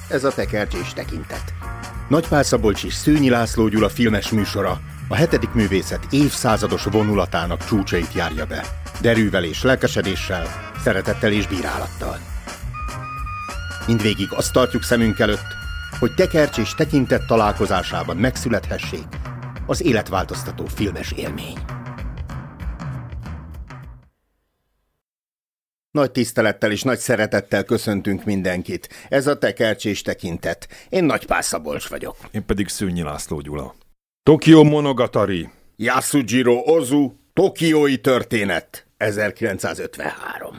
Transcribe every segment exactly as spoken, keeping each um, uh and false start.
ez a Tekercs és Tekintet. Nagy Pál Szabolcs és Szőnyi László Gyula filmes műsora a hetedik művészet évszázados vonulatának csúcsait járja be. Derűvel és lelkesedéssel, szeretettel és bírálattal. Mindvégig azt tartjuk szemünk előtt, hogy Tekercs és Tekintet találkozásában megszülethessék az életváltoztató filmes élmény. Nagy tisztelettel és nagy szeretettel köszöntünk mindenkit. Ez a Tekercs és Tekintet. Én Nagy Pál Szabolcs vagyok. Én pedig Szőnyi László Gyula. Tokio Monogatari. Yasujiro Ozu, Tokiói történet, ezerkilencszázötvenhárom.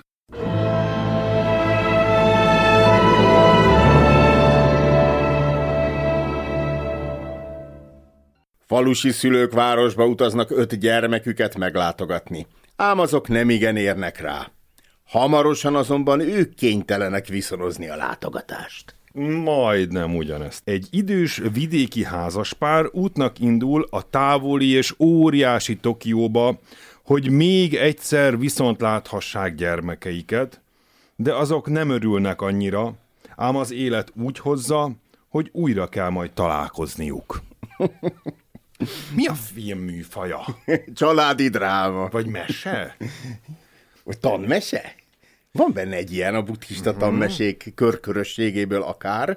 Falusi szülők városba utaznak öt gyermeküket meglátogatni, ám azok nemigen érnek rá. Hamarosan azonban ők kénytelenek viszonozni a látogatást. Majdnem ugyanezt. Egy idős vidéki házaspár útnak indul a távoli és óriási Tokióba, hogy még egyszer viszont láthassák gyermekeiket, de azok nem örülnek annyira, ám az élet úgy hozza, hogy újra kell majd találkozniuk. Mi a film műfaja? Családi dráma. Vagy mese? Vagy tanmese? Van benne egy ilyen a buddhista uh-huh. tanmesék körkörösségéből akár.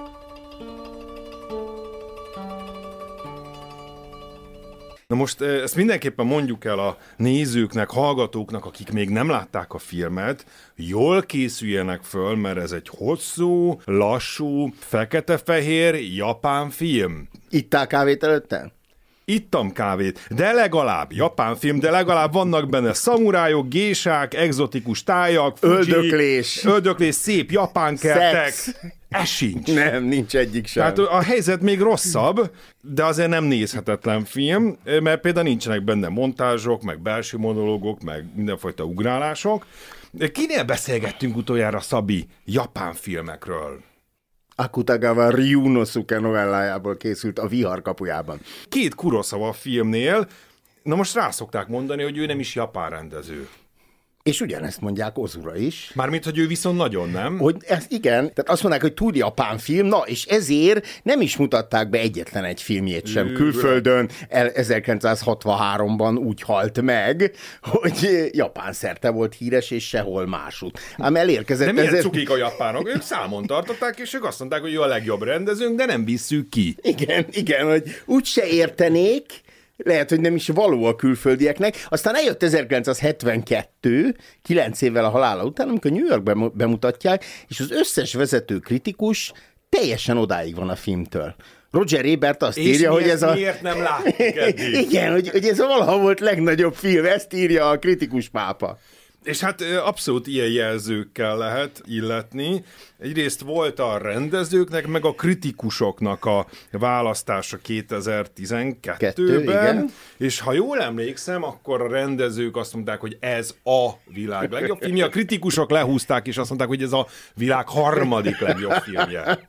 Na most ezt mindenképpen mondjuk el a nézőknek, hallgatóknak, akik még nem látták a filmet, jól készüljenek föl, mert ez egy hosszú, lassú, fekete-fehér japán film. Ittál kávét előtte? Ittam kávét, de legalább japán film, de legalább vannak benne szamurájok, gésák, egzotikus tájak, Fuji, öldöklés, öldöklés, szép japán kertek. Szex. Ez sincs. Nem, nincs egyik sem. Tehát a helyzet még rosszabb, de azért nem nézhetetlen film, mert például nincsenek benne montázsok, meg belső monológok, meg mindenfajta ugrálások. Kinél beszélgettünk utoljára, Szabi, japán filmekről? Akutagawa Ryunosuke novellájából készült A vihar kapujában. Két Kurosawa filmnél, na most rá szokták mondani, hogy ő nem is japán rendező. És ugyanezt mondják Ozura is. Mármint, hogy ő viszont nagyon nem. Hogy ez igen, tehát azt mondják, hogy túl japán film, na és ezért nem is mutatták be egyetlen egy filmjét sem. Külföldön ezerkilencszázhatvanháromban úgy halt meg, hogy Japán szerte volt híres, és sehol másút. Ám elérkezett... De milyen ezért... cukik a japánok? Ők számon tartották, és ők azt mondták, hogy ő a legjobb rendezőnk, de nem visszük ki. Igen, igen, hogy úgyse értenék, lehet, hogy nem is való a külföldieknek. Aztán eljött ezerkilencszázhetvenkettő, kilenc évvel a halála után, amikor New Yorkban bemutatják, és az összes vezető kritikus teljesen odáig van a filmtől. Roger Ebert azt és írja, hogy ez a... miért nem láttuk eddig? Igen, hogy, hogy ez a valaha volt legnagyobb film, ezt írja a kritikus pápa. És hát abszolút ilyen jelzőkkel lehet illetni. Egyrészt volt a rendezőknek, meg a kritikusoknak a választása kétezer-tizenkettőben, és ha jól emlékszem, akkor a rendezők azt mondták, hogy ez a világ legjobb filmje, a kritikusok lehúzták, és azt mondták, hogy ez a világ harmadik legjobb filmje.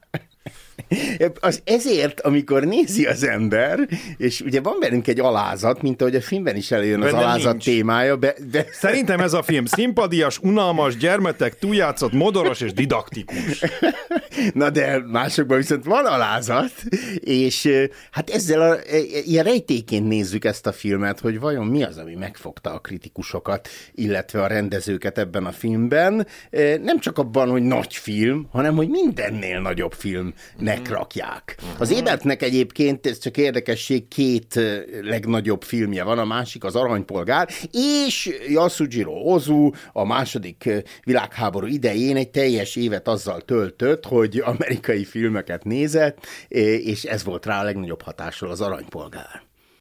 Az ezért, amikor nézi az ember, és ugye van bennünk egy alázat, mint ahogy a filmben is előjön az alázat nincs. témája. Be, de... Szerintem ez a film szimpadias, unalmas, gyermetek, túljátszott, modoros és didaktikus. Na de másokban viszont van alázat, és hát ezzel a, ilyen rejtéként nézzük ezt a filmet, hogy vajon mi az, ami megfogta a kritikusokat, illetve a rendezőket ebben a filmben. Nem csak abban, hogy nagy film, hanem hogy mindennél nagyobb filmnek rakják. Az Ebertnek egyébként, ez csak érdekesség, két legnagyobb filmje van, a másik az Aranypolgár, és Yasujiro Ozu a második világháború idején egy teljes évet azzal töltött, hogy amerikai filmeket nézett, és ez volt rá a legnagyobb hatással, az Aranypolgár.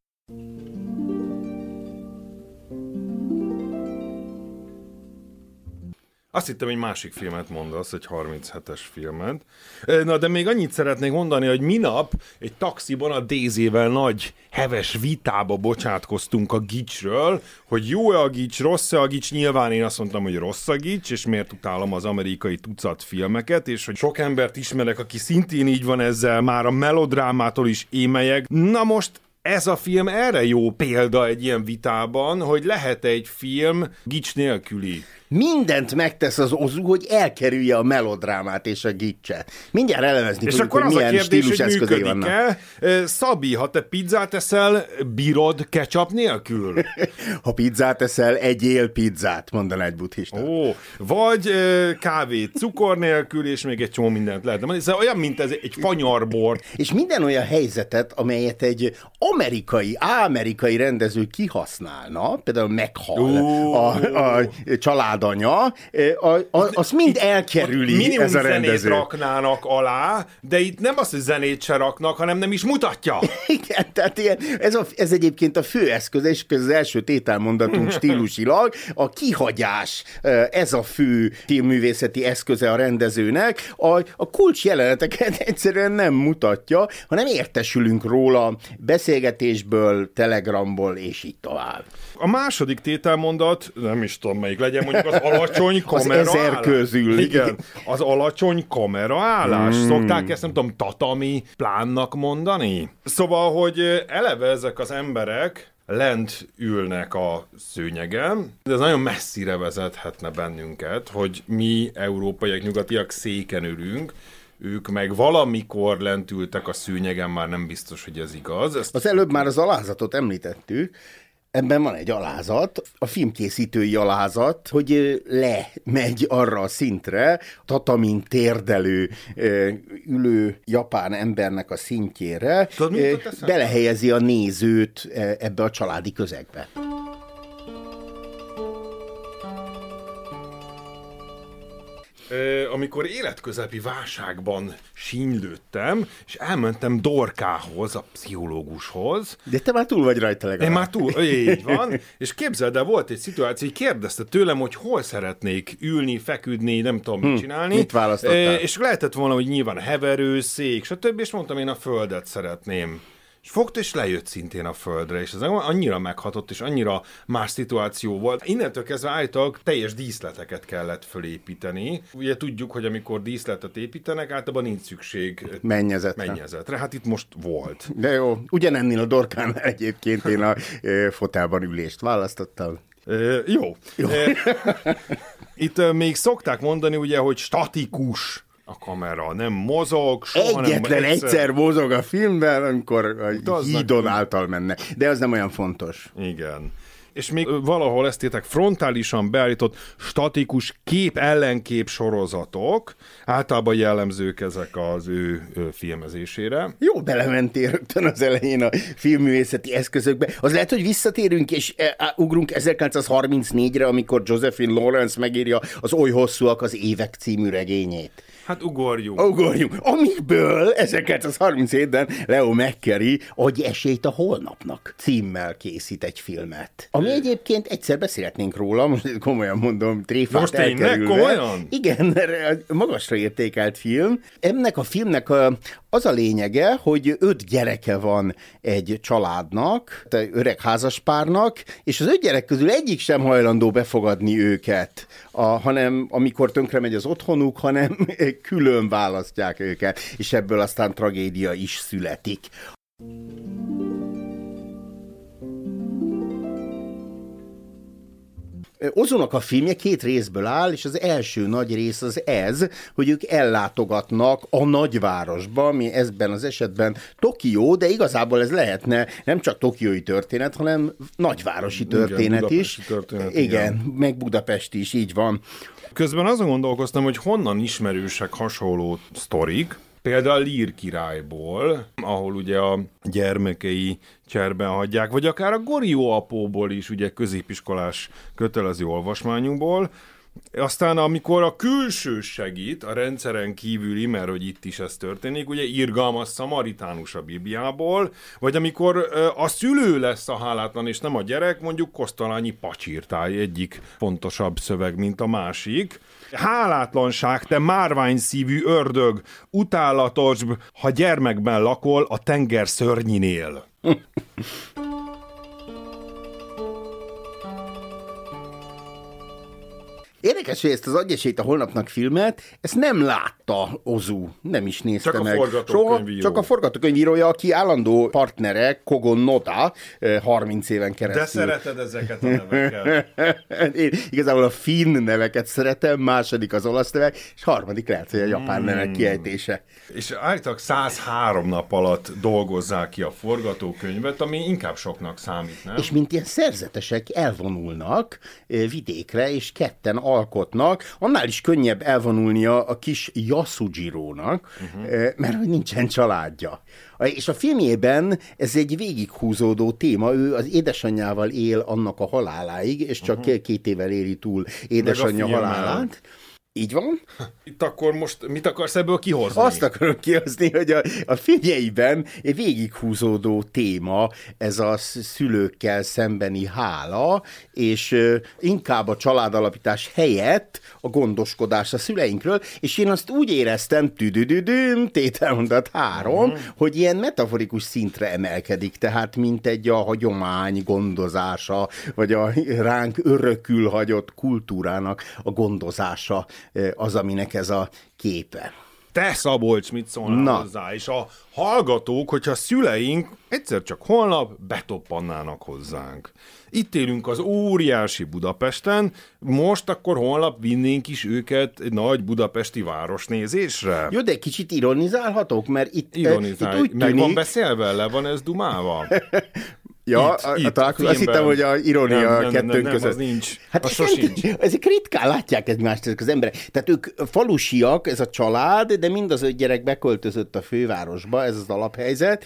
Azt hittem, egy másik filmet mondasz, egy harminchetes filmet. Na, de még annyit szeretnék mondani, hogy minap egy taxiban a Dézével nagy heves vitába bocsátkoztunk a gicsről, hogy jó-e a gics, rossz-e a gics. Nyilván én azt mondtam, hogy rossz a gics, és miért utálom az amerikai tucat filmeket, és hogy sok embert ismerek, aki szintén így van ezzel, már a melodrámától is émelyek. Na most ez a film erre jó példa egy ilyen vitában, hogy lehet egy film gics nélküli. mindent megtesz az Ozu, hogy elkerülje a melodrámát és a gicset. Mindjárt elemezni és fogjuk, akkor hogy az milyen a kérdés, stílus hogy eszközei vannak. működik-e? Szabi, ha te pizzát eszel, bírod ketchup nélkül? Ha pizzát eszel, egyél pizzát, mondaná egy buddhista. Ó, vagy kávét cukor nélkül, és még egy csomó mindent lehet. De ez olyan, mint ez egy fanyarbort. És minden olyan helyzetet, amelyet egy amerikai, amerikai rendező kihasználna, például meghal a, a családanya, a, a, azt mind elkerüli ez a rendező. Minimum zenét raknának alá, de itt nem azt, hogy zenét se raknak, hanem nem is mutatja. Igen, tehát ilyen, ez, a, ez egyébként a fő eszköz, és az első tételmondatunk stílusilag, a kihagyás, ez a fő filmművészeti eszköze a rendezőnek, a, a kulcs jeleneteket egyszerűen nem mutatja, hanem értesülünk róla beszélgetésből, telegramból, és így tovább. A második tételmondat, nem is tudom melyik legyen, mondjuk az alacsony kamera az ezer közül. Igen, az alacsony kamera állás. Mm. Szokták ezt, nem tudom, tatami plánnak mondani? Szóval, hogy eleve ezek az emberek lent ülnek a szőnyegen, de ez nagyon messzire vezethetne bennünket, hogy mi, európaiak, nyugatiak széken ülünk, ők meg valamikor lent ültek a szőnyegen, már nem biztos, hogy ez igaz. Ezt... Az előbb már az alázatot említettük, ebben van egy alázat, a filmkészítői alázat, hogy lemegy arra a szintre, tatamin térdelő, ülő japán embernek a szintjére, Tudod, belehelyezi a nézőt ebbe a családi közegbe. Amikor életközepi válságban sínylődtem, és elmentem Dorkához, a pszichológushoz. De te már túl vagy rajta legalább. Én már túl, így van. És képzeld el, volt egy szituáció, hogy kérdezte tőlem, hogy hol szeretnék ülni, feküdni, nem tudom mit csinálni. Mit választottál? És lehetett volna, hogy nyilván heverő, szék, stb. És mondtam, én a földet szeretném. És fogta, és lejött szintén a földre, és ez annyira meghatott, és annyira más szituáció volt. Innentől kezdve állítólag teljes díszleteket kellett fölépíteni. Ugye tudjuk, hogy amikor díszletet építenek, általában nincs szükség mennyezetre. mennyezetre. Hát itt most volt. De jó, ugyanennél a Dorkánál egyébként én a e, fotelban ülést választottam. E, jó. jó. E, itt e, még szokták mondani, ugye, hogy statikus a kamera, nem mozog, soha Egyetlen nem egyszer... egyszer mozog a filmben, amikor a hídon nem... által menne. De az nem olyan fontos. Igen. És még valahol ezt értek, frontálisan beállított statikus kép-ellenkép sorozatok, általában jellemzők ezek az ő, ő filmezésére. Jó, belementél rögtön az elején a filmművészeti eszközökbe. Az lehet, hogy visszatérünk és e, ugrunk ezerkilencszázharmincnégyre, amikor Josephine Lawrence megírja az Oly hosszúak az évek című regényét. Hát ugorjunk. Ugorjunk. Amikből ezerkilencszázharminchétben Leo McCarey Adj esélyt a holnapnak címmel készít egy filmet. Ami egyébként egyszer beszélhetnénk róla, most komolyan mondom, tréfát most elkerülve. Most tényleg komolyan? Igen, magasra értékelt film. Ennek a filmnek a, az a lényege, hogy öt gyereke van egy családnak, öreg házaspárnak, és az öt gyerek közül egyik sem hajlandó befogadni őket, a, hanem amikor tönkre megy az otthonuk, hanem külön választják őket, és ebből aztán tragédia is születik. Ozónak a filmje két részből áll, és az első nagy rész az ez, hogy ők ellátogatnak a nagyvárosba, ami ebben az esetben Tokió, de igazából ez lehetne nem csak tokiói történet, hanem nagyvárosi történet igen, is. Történet, igen, igen, meg Budapest is, így van. Közben azon gondolkoztam, hogy honnan ismerősek hasonló sztorik, például Lír királyból, ahol ugye a gyermekei cserben hagyják, vagy akár a Gorió apóból is, ugye középiskolás kötelező olvasmányunkból. Aztán amikor a külső segít, a rendszeren kívüli, mert hogy itt is ez történik, ugye irgalmas szamaritánus a Bibliából, vagy amikor a szülő lesz a hálátlan, és nem a gyerek, mondjuk Kosztolányi Pacsirtály egyik fontosabb szöveg, mint a másik. Hálátlanság, te márványszívű ördög, utálatosbb, ha gyermekben lakol a tenger szörnyinél. Érdekes, hogy ezt az Adj esélyt a holnapnak filmet, ezt nem látta Ozu, nem is nézte csak meg. A forgatókönyvíró. Soha, csak a forgatókönyvírója, aki állandó partnere, Kogon Noda, harminc éven keresztül. De szereted ezeket a neveket. Én igazából a finn neveket szeretem, második az olasz nevek, és harmadik lehet, hogy a japán hmm. nevek kiejtése. És állítólag száz három nap alatt dolgozzák ki a forgatókönyvet, ami inkább soknak számít, nem? És mint ilyen szerzetesek elvonulnak vidékre, és ketten alkotnak, annál is könnyebb elvonulnia a kis Yasujirónak, uh-huh. mert hogy nincsen családja. És a filmjében ez egy végighúzódó téma, ő az édesanyjával él annak a haláláig, és csak uh-huh. két évvel éli túl édesanyja halálát. Így van. Itt akkor most mit akarsz ebből kihozni? Azt akarom kihozni, hogy a, a filmjeiben egy végighúzódó téma ez a szülőkkel szembeni hála, és inkább a családalapítás helyett a gondoskodás a szüleinkről, és én azt úgy éreztem, tüdüdüdüm, tételmondat három, uh-huh. hogy ilyen metaforikus szintre emelkedik, tehát mint egy a hagyomány gondozása, vagy a ránk örökül hagyott kultúrának a gondozása az, aminek ez a képe. Te, Szabolcs, mit szólnál hozzá? És a hallgatók, hogyha szüleink egyszer csak holnap betoppannának hozzánk. Itt élünk az óriási Budapesten, most akkor holnap vinnénk is őket egy nagy budapesti városnézésre. Jó, de kicsit ironizálhatok, mert itt, Ironizálj. itt úgy Meg tűnik... van beszélve, le van ez dumálva. Ja, itt, a, itt, a, azt hittem, hogy a irónia nem, nem, kettőnk nem, nem, között. Az nincs. Hát az sosincs. Ezek ritkán látják egymást ezek az emberek. Tehát ők falusiak, ez a család, de mind az öt gyerek beköltözött a fővárosba, ez az alaphelyzet.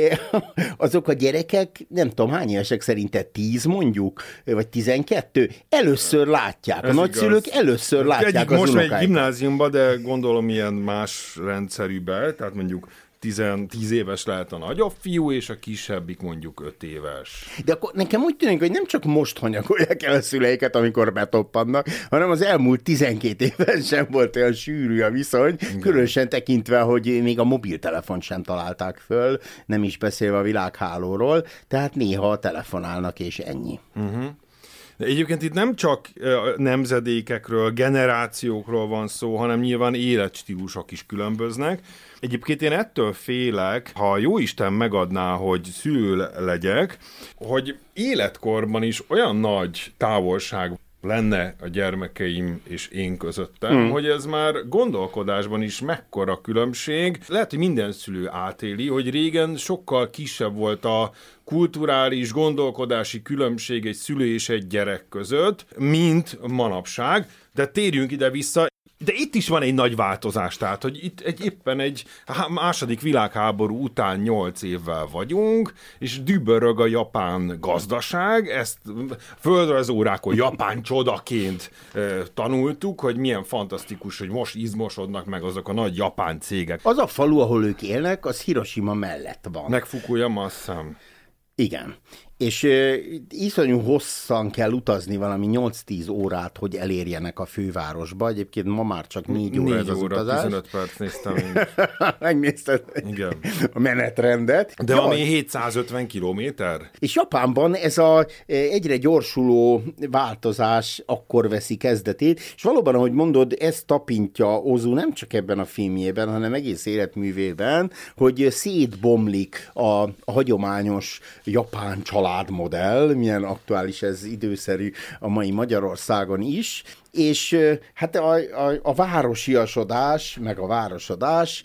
Azok a gyerekek, nem tudom, hány évesek szerinted, tíz mondjuk, vagy tizenkettő, először látják. Ez a nagyszülők igaz. Először látják Egyik az most unokáikat. egy gimnáziumba, de gondolom ilyen más rendszerűbe, tehát mondjuk tíz éves lehet a nagyobb fiú, és a kisebbik mondjuk öt éves. De akkor nekem úgy tűnik, hogy nem csak most hanyagolják el a szüleiket, amikor betoppannak, hanem az elmúlt tizenkét évben sem volt olyan sűrű a viszony, igen. Különösen tekintve, hogy még a mobiltelefont sem találták föl, nem is beszélve a világhálóról, tehát néha telefonálnak, és ennyi. Uh-huh. De egyébként itt nem csak nemzedékekről, generációkról van szó, hanem nyilván életstílusok is különböznek. Egyébként én ettől félek, ha jóisten megadná, hogy szülő legyek, hogy életkorban is olyan nagy távolság lenne a gyermekeim és én közöttem, hmm. hogy ez már gondolkodásban is mekkora különbség. Lehet, hogy minden szülő átéli, hogy régen sokkal kisebb volt a kulturális, gondolkodási különbség egy szülő és egy gyerek között, mint manapság, de térjünk ide-vissza. De itt is van egy nagy változás, tehát, hogy itt egy, éppen egy második világháború után nyolc évvel vagyunk, és dübörög a japán gazdaság, ezt földrajzórákon japán csodaként e, tanultuk, hogy milyen fantasztikus, hogy most izmosodnak meg azok a nagy japán cégek. Az a falu, ahol ők élnek, az Hiroshima mellett van. Meg Fukuyama, azt hiszem. Igen. És uh, iszonyú hosszan kell utazni, valami nyolc-tíz órát, hogy elérjenek a fővárosba. Egyébként ma már csak négy óra ez az óra, utazás. tizenöt perc néztem én. Megnézted igen. a menetrendet. De ja. Ami hétszázötven kilométer. És Japánban ez a egyre gyorsuló változás akkor veszi kezdetét, és valóban, ahogy mondod, ez tapintja Ozu nem csak ebben a filmjében, hanem egész életművében, hogy szétbomlik a, a hagyományos japán családmodell, milyen aktuális ez, időszerű a mai Magyarországon is, és hát a, a, a városiasodás, meg a városodás,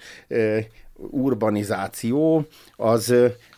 urbanizáció, az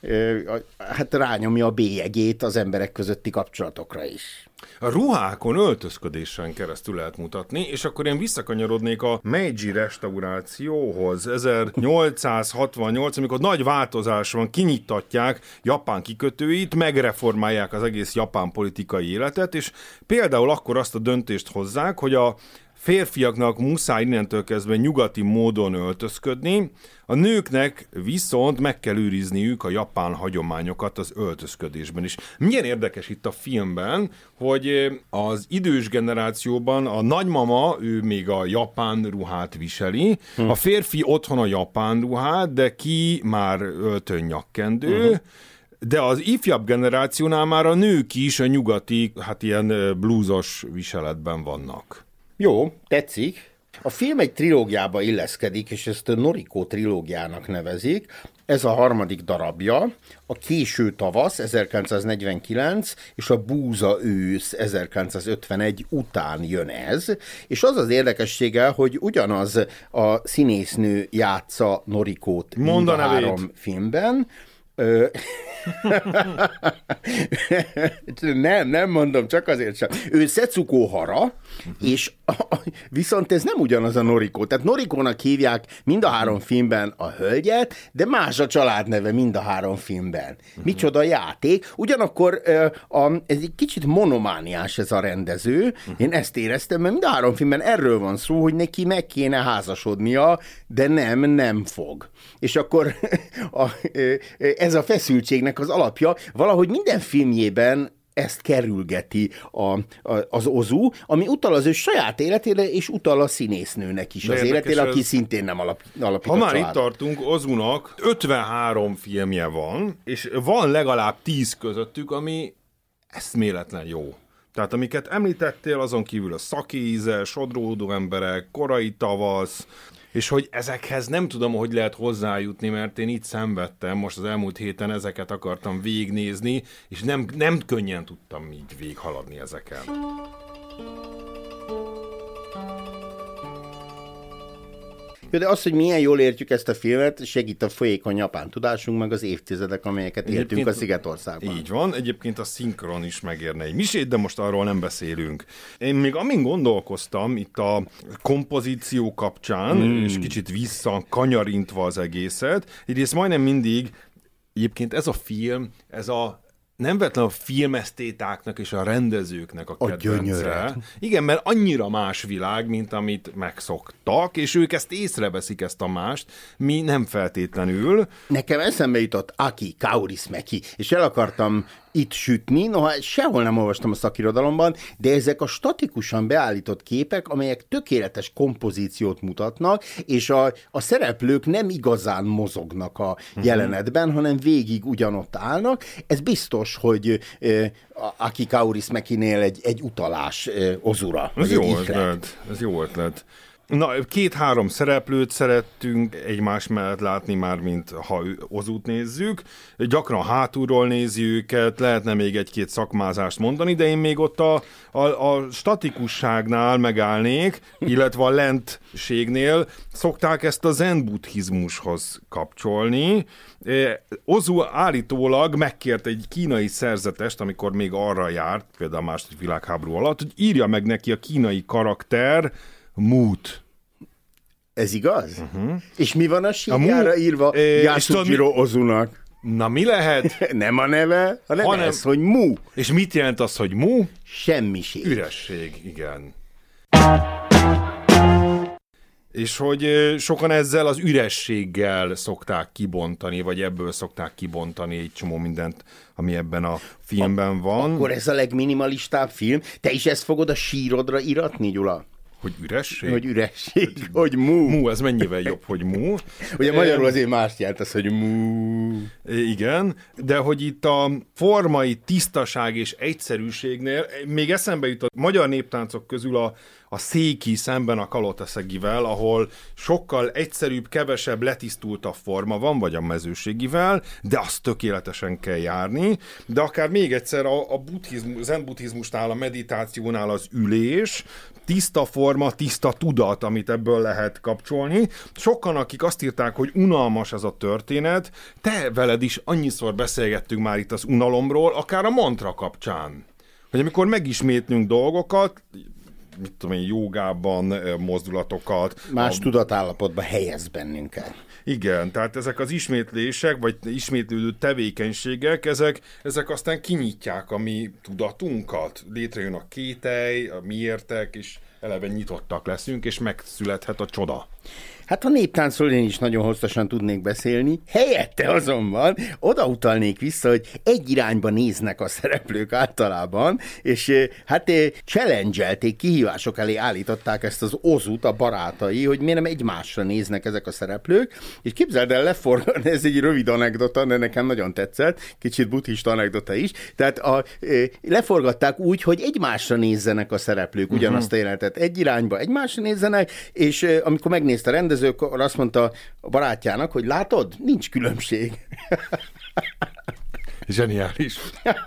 hát rányomja a bélyegét az emberek közötti kapcsolatokra is. A ruhákon öltözködésen keresztül lehet mutatni, és akkor én visszakanyarodnék a Meiji restaurációhoz. ezernyolcszázhatvannyolc, amikor nagy változás van, kinyitatják Japán kikötőit, megreformálják az egész japán politikai életet, és például akkor azt a döntést hozzák, hogy a férfiaknak muszáj innentől kezdve nyugati módon öltözködni, a nőknek viszont meg kell őrizniük a japán hagyományokat az öltözködésben is. Milyen érdekes itt a filmben, hogy az idős generációban a nagymama, ő még a japán ruhát viseli, hm. a férfi otthon a japán ruhát, de ki már öltönnyakkendő, uh-huh. de az ifjabb generációnál már a nők is a nyugati, hát ilyen blúzos viseletben vannak. Jó, tetszik. A film egy trilógiába illeszkedik, és ezt a Noriko trilógiának nevezik. Ez a harmadik darabja, a Késő tavasz ezerkilencszáznegyvenkilenc és a Búza ősz ezerkilencszázötvenegy után jön ez, és az az érdekessége, hogy ugyanaz a színésznő játsza Norikót mind a három filmben. Ö... nem, nem mondom, csak azért sem. Ő Setsuko Hara, uh-huh. és a, viszont ez nem ugyanaz a Noriko. Tehát Norikónak hívják mind a három filmben a hölgyet, de más a családneve mind a három filmben. Uh-huh. Micsoda játék. Ugyanakkor a, ez egy kicsit monomániás ez a rendező. Uh-huh. Én ezt éreztem, mert mind a három filmben erről van szó, hogy neki meg kéne házasodnia, de nem, nem fog. És akkor a, ez a feszültségnek az alapja, valahogy minden filmjében ezt kerülgeti a, a, az Ozu, ami utal az ő saját életére, és utal a színésznőnek is az életére, aki ez... szintén nem alap, alapít Ha a már családot. itt tartunk, Ozunak ötvenhárom filmje van, és van legalább tíz közöttük, ami eszméletlen jó. Tehát amiket említettél, azon kívül a Szakéíze, Sodródó emberek, Korai tavasz, és hogy ezekhez nem tudom, hogy lehet hozzájutni, mert én itt szenvedtem, most az elmúlt héten ezeket akartam végignézni, és nem, nem könnyen tudtam így végighaladni ezeken. De az, hogy milyen jól értjük ezt a filmet, segít a folyékony japán tudásunk, meg az évtizedek, amelyeket éltünk egyébként a Szigetországban. Így van, egyébként a szinkron is megérne egy misét, de most arról nem beszélünk. Én még amin gondolkoztam itt a kompozíció kapcsán, mm. és kicsit visszakanyarintva az egészet, egyrészt majdnem mindig, egyébként ez a film, ez a nem vetlen a filmesztétáknak és a rendezőknek a, a kedvence. Gyönyörű. Igen, mert annyira más világ, mint amit megszoktak, és ők ezt észreveszik, ezt a mást, mi nem feltétlenül. Nekem eszembe jutott Aki Kaurismäki, és el akartam itt sütni, noha sehol nem olvastam a szakirodalomban, de ezek a statikusan beállított képek, amelyek tökéletes kompozíciót mutatnak, és a, a szereplők nem igazán mozognak a jelenetben, hanem végig ugyanott állnak. Ez biztos, hogy eh, Aki Kaurismäkinél egy, egy utalás eh, Ozura. Ez jó ötlet. Ez jó ötlet. Na, két-három szereplőt szerettünk egymás mellett látni már, mint ha Ozut nézzük. Gyakran hátulról nézi őket, lehetne még egy-két szakmázást mondani, de én még ott a, a, a statikusságnál megállnék, illetve a lentségnél szokták ezt a zen buddhizmushoz kapcsolni. Ozu állítólag megkért egy kínai szerzetest, amikor még arra járt, például a második világháború alatt, hogy írja meg neki a kínai karakter Mút. Ez igaz? Uh-huh. És mi van a síkjára a írva e, Yasujiro Ozunak? Na mi lehet? Nem a neve, hanem, hanem ez, hogy Mu. És mit jelent az, hogy Mu? Semmiség. Üresség, igen. És hogy sokan ezzel az ürességgel szokták kibontani, vagy ebből szokták kibontani egy csomó mindent, ami ebben a filmben van. Akkor ez a legminimalistább film. Te is ezt fogod a sírodra iratni, Gyula? Hogy üresség? Hogy üresség, hogy mu. Mu, ez mennyivel jobb, hogy mu. Ugye magyarul azért más jelent az, hogy mu. Igen, de hogy itt a formai tisztaság és egyszerűségnél még eszembe jut a magyar néptáncok közül a, a széki szemben a kalotaszegivel, ahol sokkal egyszerűbb, kevesebb, letisztultabb forma van, vagy a mezőségivel, de azt tökéletesen kell járni. De akár még egyszer a, a buddhizmus, zen buddhizmusnál, a meditációnál az ülés, tiszta forma, tiszta tudat, amit ebből lehet kapcsolni. Sokan, akik azt írták, hogy unalmas ez a történet, te veled is annyiszor beszélgettünk már itt az unalomról, akár a mantra kapcsán. Hogy amikor megismétlünk dolgokat, mit tudom én, jogában mozdulatokat. Más a... tudatállapotba helyez bennünket. Igen, tehát ezek az ismétlések, vagy ismétlődő tevékenységek, ezek, ezek aztán kinyitják a mi tudatunkat. Létrejön a kételj, a miértek, és eleve nyitottak leszünk, és megszülethet a csoda. Hát a néptáncról én is nagyon hosszasan tudnék beszélni, helyette azonban odautalnék vissza, hogy egy irányba néznek a szereplők általában, és hát challenge-elték, kihívások elé állították ezt az Ozut a barátai, hogy miért nem egymásra néznek ezek a szereplők, és képzeld el, leforgatni, ez egy rövid anekdota, de nekem nagyon tetszett, kicsit buddhista anekdota is, tehát a, leforgatták úgy, hogy egymásra nézzenek a szereplők ugyanazt a jelenetet. filmet egy irányba egymásra nézzenek, és amikor megnézte a rendező, akkor azt mondta a barátjának, hogy látod, nincs különbség. Zseniális.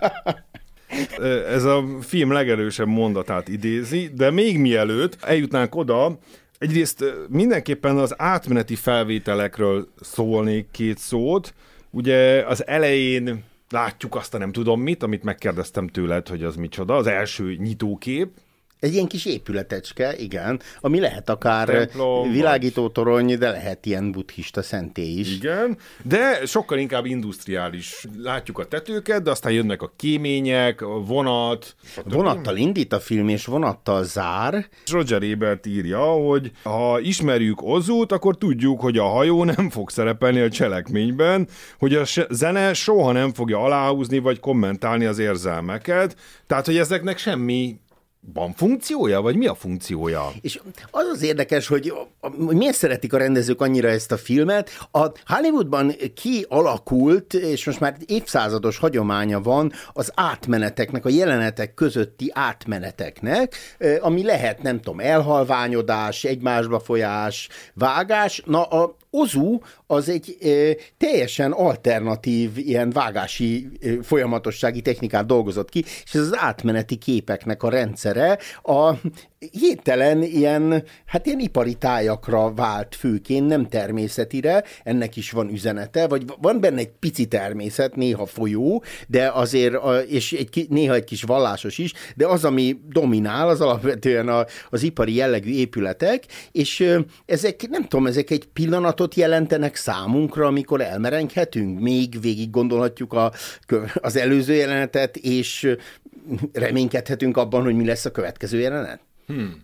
Ez a film legerősebb mondatát idézi, de még mielőtt eljutnánk oda, egyrészt mindenképpen az átmeneti felvételekről szólnék két szót. Ugye az elején látjuk azt a nem tudom mit, amit megkérdeztem tőled, hogy az micsoda, az első nyitókép. Egy ilyen kis épületecske, igen, ami lehet akár Templom, világítótorony, de lehet ilyen buddhista szentély is. Igen, de sokkal inkább industriális. Látjuk a tetőket, de aztán jönnek a kémények, a vonat. A vonattal indít a film, és vonattal zár. Roger Ebert írja, hogy ha ismerjük Ozút, akkor tudjuk, hogy a hajó nem fog szerepelni a cselekményben, hogy a zene soha nem fogja aláhúzni, vagy kommentálni az érzelmeket. Tehát, hogy ezeknek semmi van funkciója, vagy mi a funkciója? És az az érdekes, hogy, hogy miért szeretik a rendezők annyira ezt a filmet. A Hollywoodban kialakult, és most már évszázados hagyománya van az átmeneteknek, a jelenetek közötti átmeneteknek, ami lehet, nem tudom, elhalványodás, egymásba folyás, vágás. Na, a Ozu az egy e, teljesen alternatív ilyen vágási e, folyamatossági technikát dolgozott ki, és ez az átmeneti képeknek a rendszere a hirtelen ilyen, hát ilyen ipari tájakra vált főként, nem természetire, ennek is van üzenete, vagy van benne egy pici természet, néha folyó, de azért, a, és egy, néha egy kis vallásos is, de az, ami dominál, az alapvetően a, az ipari jellegű épületek, és ezek, nem tudom, ezek egy pillanatot jelentenek számunkra, amikor elmerenghetünk, még végig gondolhatjuk a, az előző jelenetet, és reménykedhetünk abban, hogy mi lesz a következő jelenet? Hmm.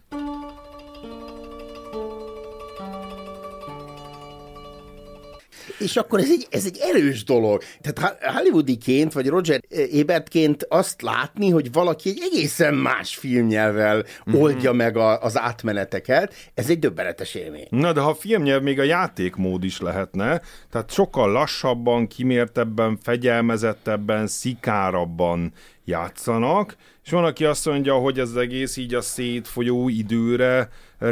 És akkor ez egy, ez egy erős dolog. Tehát Hollywoodiként, vagy Roger Ebertként azt látni, hogy valaki egy egészen más filmnyelvvel mm-hmm. oldja meg a, az átmeneteket, ez egy döbbenetes élmény. Na, de ha a filmnyelv, még a játékmód is lehetne, tehát sokkal lassabban, kimértebben, fegyelmezettebben, szikárabban játszanak, és van, aki azt mondja, hogy ez az egész így a szétfolyó időre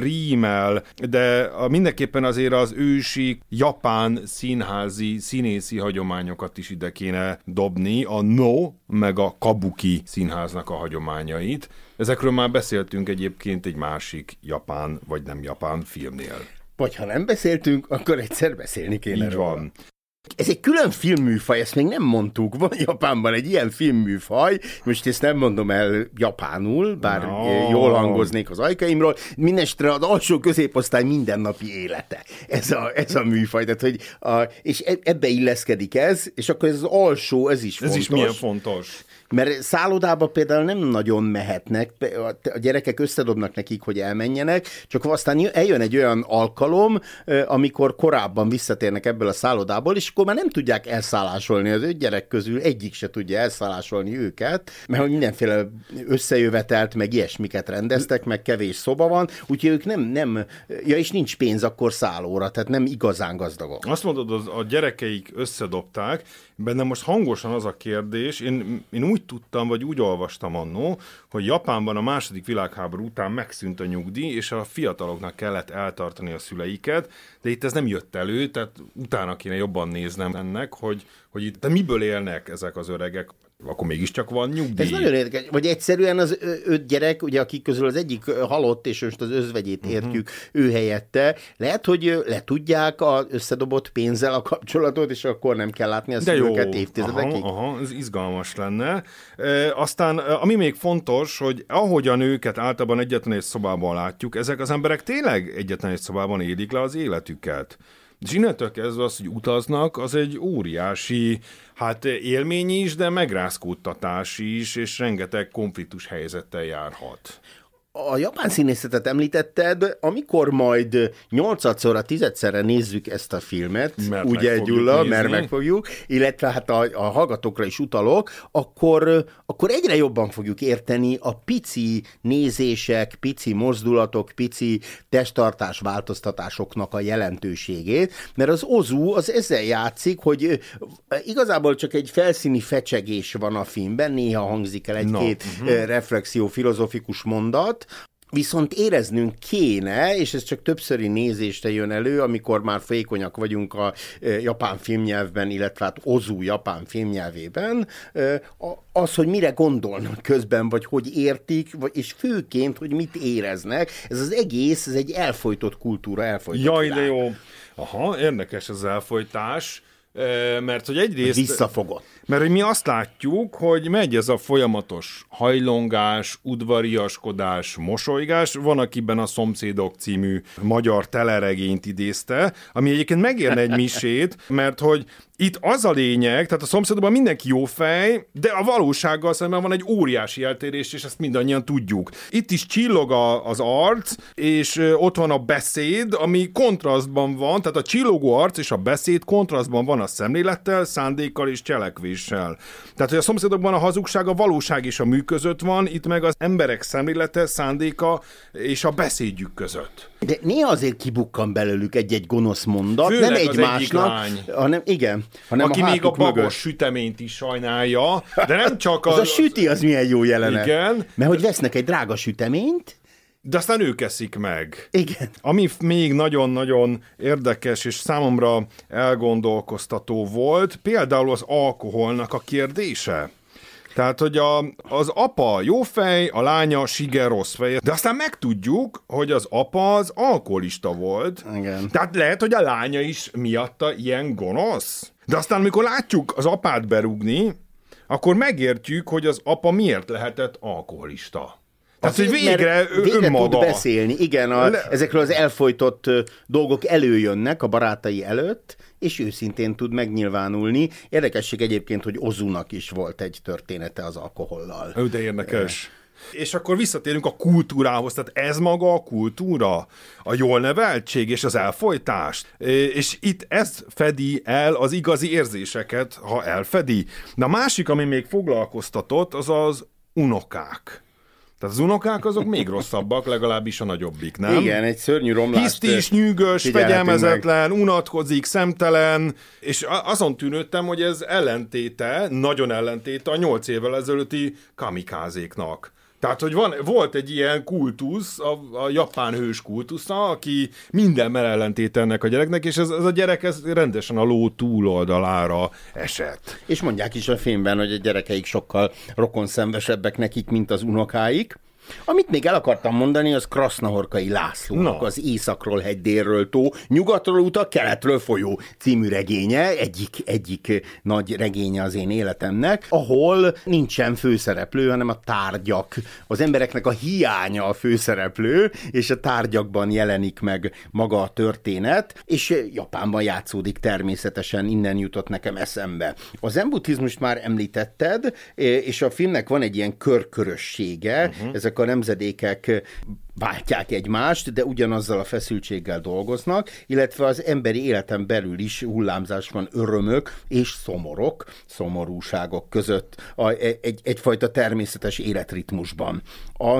rímel, de a, mindenképpen azért az ősi japán színházi, színészi hagyományokat is ide kéne dobni, a No, meg a Kabuki színháznak a hagyományait. Ezekről már beszéltünk egyébként egy másik japán, vagy nem japán filmnél. Vagy ha nem beszéltünk, akkor egyszer beszélni kéne. Így van. Ez egy külön filmműfaj, ezt még nem mondtuk. Van Japánban egy ilyen filmműfaj, most ezt nem mondom el japánul, bár no. jól hangoznék az ajkaimról. Mindenesetre az alsó középosztály mindennapi élete. Ez a, ez a műfaj. Tehát, hogy a, és ebbe illeszkedik ez, és akkor ez az alsó, ez is fontos. Ez is milyen fontos. Mert szállodába például nem nagyon mehetnek, a gyerekek összedobnak nekik, hogy elmenjenek, csak aztán eljön egy olyan alkalom, amikor korábban visszatérnek ebből a szállodából, és akkor már nem tudják elszállásolni az öt gyerek közül, egyik se tudja elszállásolni őket, mert mindenféle összejövetelt, meg ilyesmiket rendeztek, meg kevés szoba van, úgyhogy ők nem, nem, ja és nincs pénz akkor szállóra, tehát nem igazán gazdagok. Azt mondod, az, a gyerekeik összedobták, bennem most hangosan az a kérdés, én, én úgy tudtam, vagy úgy olvastam annó, hogy Japánban a második világháború után megszűnt a nyugdíj, és a fiataloknak kellett eltartani a szüleiket, de itt ez nem jött elő, tehát utána kéne jobban néznem ennek, hogy, hogy itt de miből élnek ezek az öregek, akkor mégiscsak van nyugdíj. Ez nagyon érdekes, vagy egyszerűen az öt gyerek, ugye akik közül az egyik halott, és most az özvegyét értjük uh-huh. ő helyette, lehet, hogy le tudják az összedobott pénzzel a kapcsolatot, és akkor nem kell látni a szülőket évtizedekig. Aha, aha, ez izgalmas lenne. E, aztán, ami még fontos, hogy ahogyan őket általában egyetlen egy szobában látjuk, ezek az emberek tényleg egyetlen egy szobában élik le az életüket. És innentől kezdve az, hogy utaznak, az egy óriási hát élmény is, de megrázkódtatás is, és rengeteg konfliktus helyzettel járhat. A japán színészetet említetted, amikor majd nyolcadszorra, tizedszerre nézzük ezt a filmet, mert ugye Gyula, mert megfogjuk, illetve hát a, a hallgatókra is utalok, akkor, akkor egyre jobban fogjuk érteni a pici nézések, pici mozdulatok, pici testtartás változtatásoknak a jelentőségét, mert az Ozu az ezzel játszik, hogy igazából csak egy felszíni fecsegés van a filmben, néha hangzik el egy-két no. uh-huh. reflexió, filozofikus mondat, Viszont éreznünk kéne, és ez csak többszöri nézésre jön elő, amikor már folyékonyak vagyunk a japán filmnyelvben, illetve hát Ozu japán filmnyelvében, az, hogy mire gondolnak közben, vagy hogy értik, és főként, hogy mit éreznek. Ez az egész, ez egy elfojtott kultúra, elfojtott Jaj, világ. de jó. Aha, érdekes az elfojtás, mert hogy egyrészt... Visszafogott. Mert hogy mi azt látjuk, hogy megy ez a folyamatos hajlongás, udvariaskodás, mosolygás. Van, akiben a Szomszédok című magyar teleregényt idézte, ami egyébként megérne egy misét, mert hogy itt az a lényeg, tehát a Szomszédokban mindenki jó fej, de a valósággal szemben van egy óriási eltérés, és ezt mindannyian tudjuk. Itt is csillog a, az arc, és ott van a beszéd, ami kontrasztban van, tehát a csillogó arc és a beszéd kontrasztban van a szemlélettel, szándékkal és cselekvéssel. Tehát, hogy a Szomszédokban a hazugság, a valóság és a mű között van, itt meg az emberek szemlélete, szándéka és a beszédjük között. De néha azért kibukkan belőlük egy-egy gonosz mondat, Főleg nem az egymásnak, hanem igen, hanem aki a még a babos mögött. süteményt is sajnálja, de nem csak az... az... a süti az milyen jó jelenet. Igen. Mert hogy vesznek egy drága süteményt, de aztán ők eszik meg. igen. Ami még nagyon-nagyon érdekes és számomra elgondolkoztató volt, például az alkoholnak a kérdése. Tehát, hogy a, az apa jó fej, a lánya sige rossz fej. De aztán megtudjuk, hogy az apa az alkoholista volt. Igen. Tehát lehet, hogy a lánya is miatta ilyen gonosz. De aztán, amikor látjuk az apát berúgni, akkor megértjük, hogy az apa miért lehetett alkoholista. Tehát, hogy végre, végre önmaga. tud beszélni. Igen, a, Le... ezekről az elfojtott dolgok előjönnek a barátai előtt, és őszintén tud megnyilvánulni. Érdekesség egyébként, hogy Ozunak is volt egy története az alkohollal. Ő, de érdekes. E... És akkor visszatérünk a kultúrához, tehát ez maga a kultúra, a jól neveltség és az elfojtás. És itt ez fedi el az igazi érzéseket, ha elfedi. De a másik, ami még foglalkoztatott, az az unokák. Tehát az unokák azok még rosszabbak, legalábbis a nagyobbik, nem? Igen, egy szörnyű romlást. Hisztis, nyűgös, fegyelmezetlen, meg. Unatkozik, szemtelen, és azon tűnődtem, hogy ez ellentéte, nagyon ellentéte a nyolc évvel ezelőtti kamikázéknak. Tehát, hogy van, volt egy ilyen kultusz, a, a japán hős kultusza, aki mindenben ellentét ennek a gyereknek, és ez, ez a gyerek ez rendesen a ló túloldalára esett. És mondják is a filmben, hogy a gyerekeik sokkal rokonszenvesebbek nekik, mint az unokáik. Amit még el akartam mondani, az Krasznahorkai Lászlónak no. az Északról hegy, délről tó, nyugatról utak, keletről folyó című regénye, egyik, egyik nagy regénye az én életemnek, ahol nincsen főszereplő, hanem a tárgyak. Az embereknek a hiánya a főszereplő, és a tárgyakban jelenik meg maga a történet, és Japánban játszódik természetesen, innen jutott nekem eszembe. A zen-buddhizmust már említetted, és a filmnek van egy ilyen körkörössége, uh-huh. ezek a nemzedékek váltják egymást, de ugyanazzal a feszültséggel dolgoznak, illetve az emberi életen belül is hullámzás van örömök és szomorok, szomorúságok között a, egy, egyfajta természetes életritmusban. A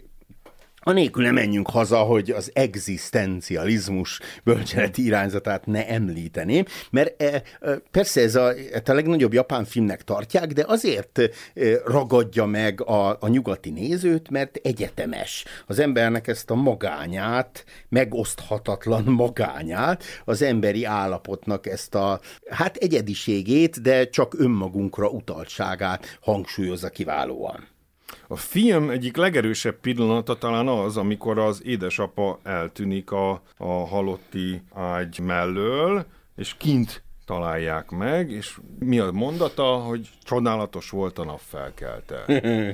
Anélkül nem menjünk haza, hogy az egzisztencializmus bölcseleti irányzatát ne említeném, mert e, persze ez a, a legnagyobb japán filmnek tartják, de azért ragadja meg a, a nyugati nézőt, mert egyetemes. Az embernek ezt a magányát, megoszthatatlan magányát, az emberi állapotnak ezt a, hát egyediségét, de csak önmagunkra utaltságát hangsúlyozza kiválóan. A film egyik legerősebb pillanata talán az, amikor az édesapa eltűnik a, a halotti ágy mellől, és kint találják meg, és mi a mondata, hogy csodálatos volt a nap felkelte.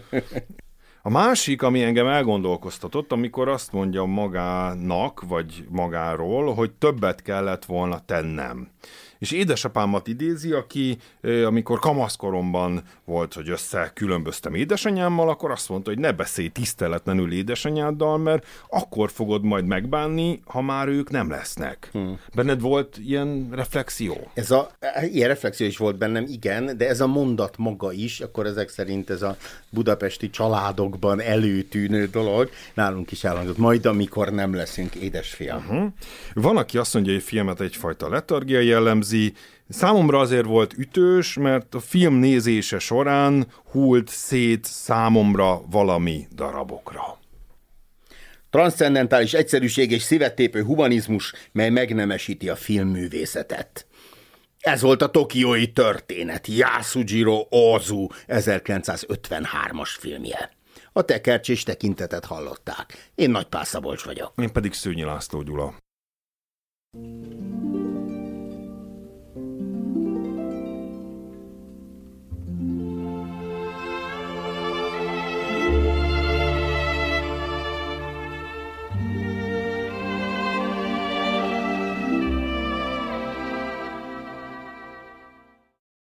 A másik, ami engem elgondolkoztatott, amikor azt mondja magának, vagy magáról, hogy többet kellett volna tennem. És édesapámat idézi, aki amikor kamaszkoromban volt, hogy összekülönböztem édesanyámmal, akkor azt mondta, hogy ne beszélj tiszteletlenül édesanyáddal, mert akkor fogod majd megbánni, ha már ők nem lesznek. Hmm. Benned volt ilyen reflexió? Ez a, ilyen reflexió is volt bennem, igen, de ez a mondat maga is, akkor ezek szerint ez a budapesti családokban előtűnő dolog, nálunk is elhangzott, majd amikor nem leszünk, édesfiam. Uh-huh. Van, aki azt mondja, hogy a filmet egyfajta letargia jellemzi. Számomra azért volt ütős, mert a film nézése során hult szét számomra valami darabokra. transzcendentális egyszerűség és szívettépő humanizmus, mely megnemesíti a filmművészetet. Ez volt a tokiói történet, Yasujiro Ozu ezerkilencszázötvenhármas filmje. A tekercs és tekintetet hallották. Én Nagy Pál Szabolcs vagyok. Én pedig Szőnyi László Gyula.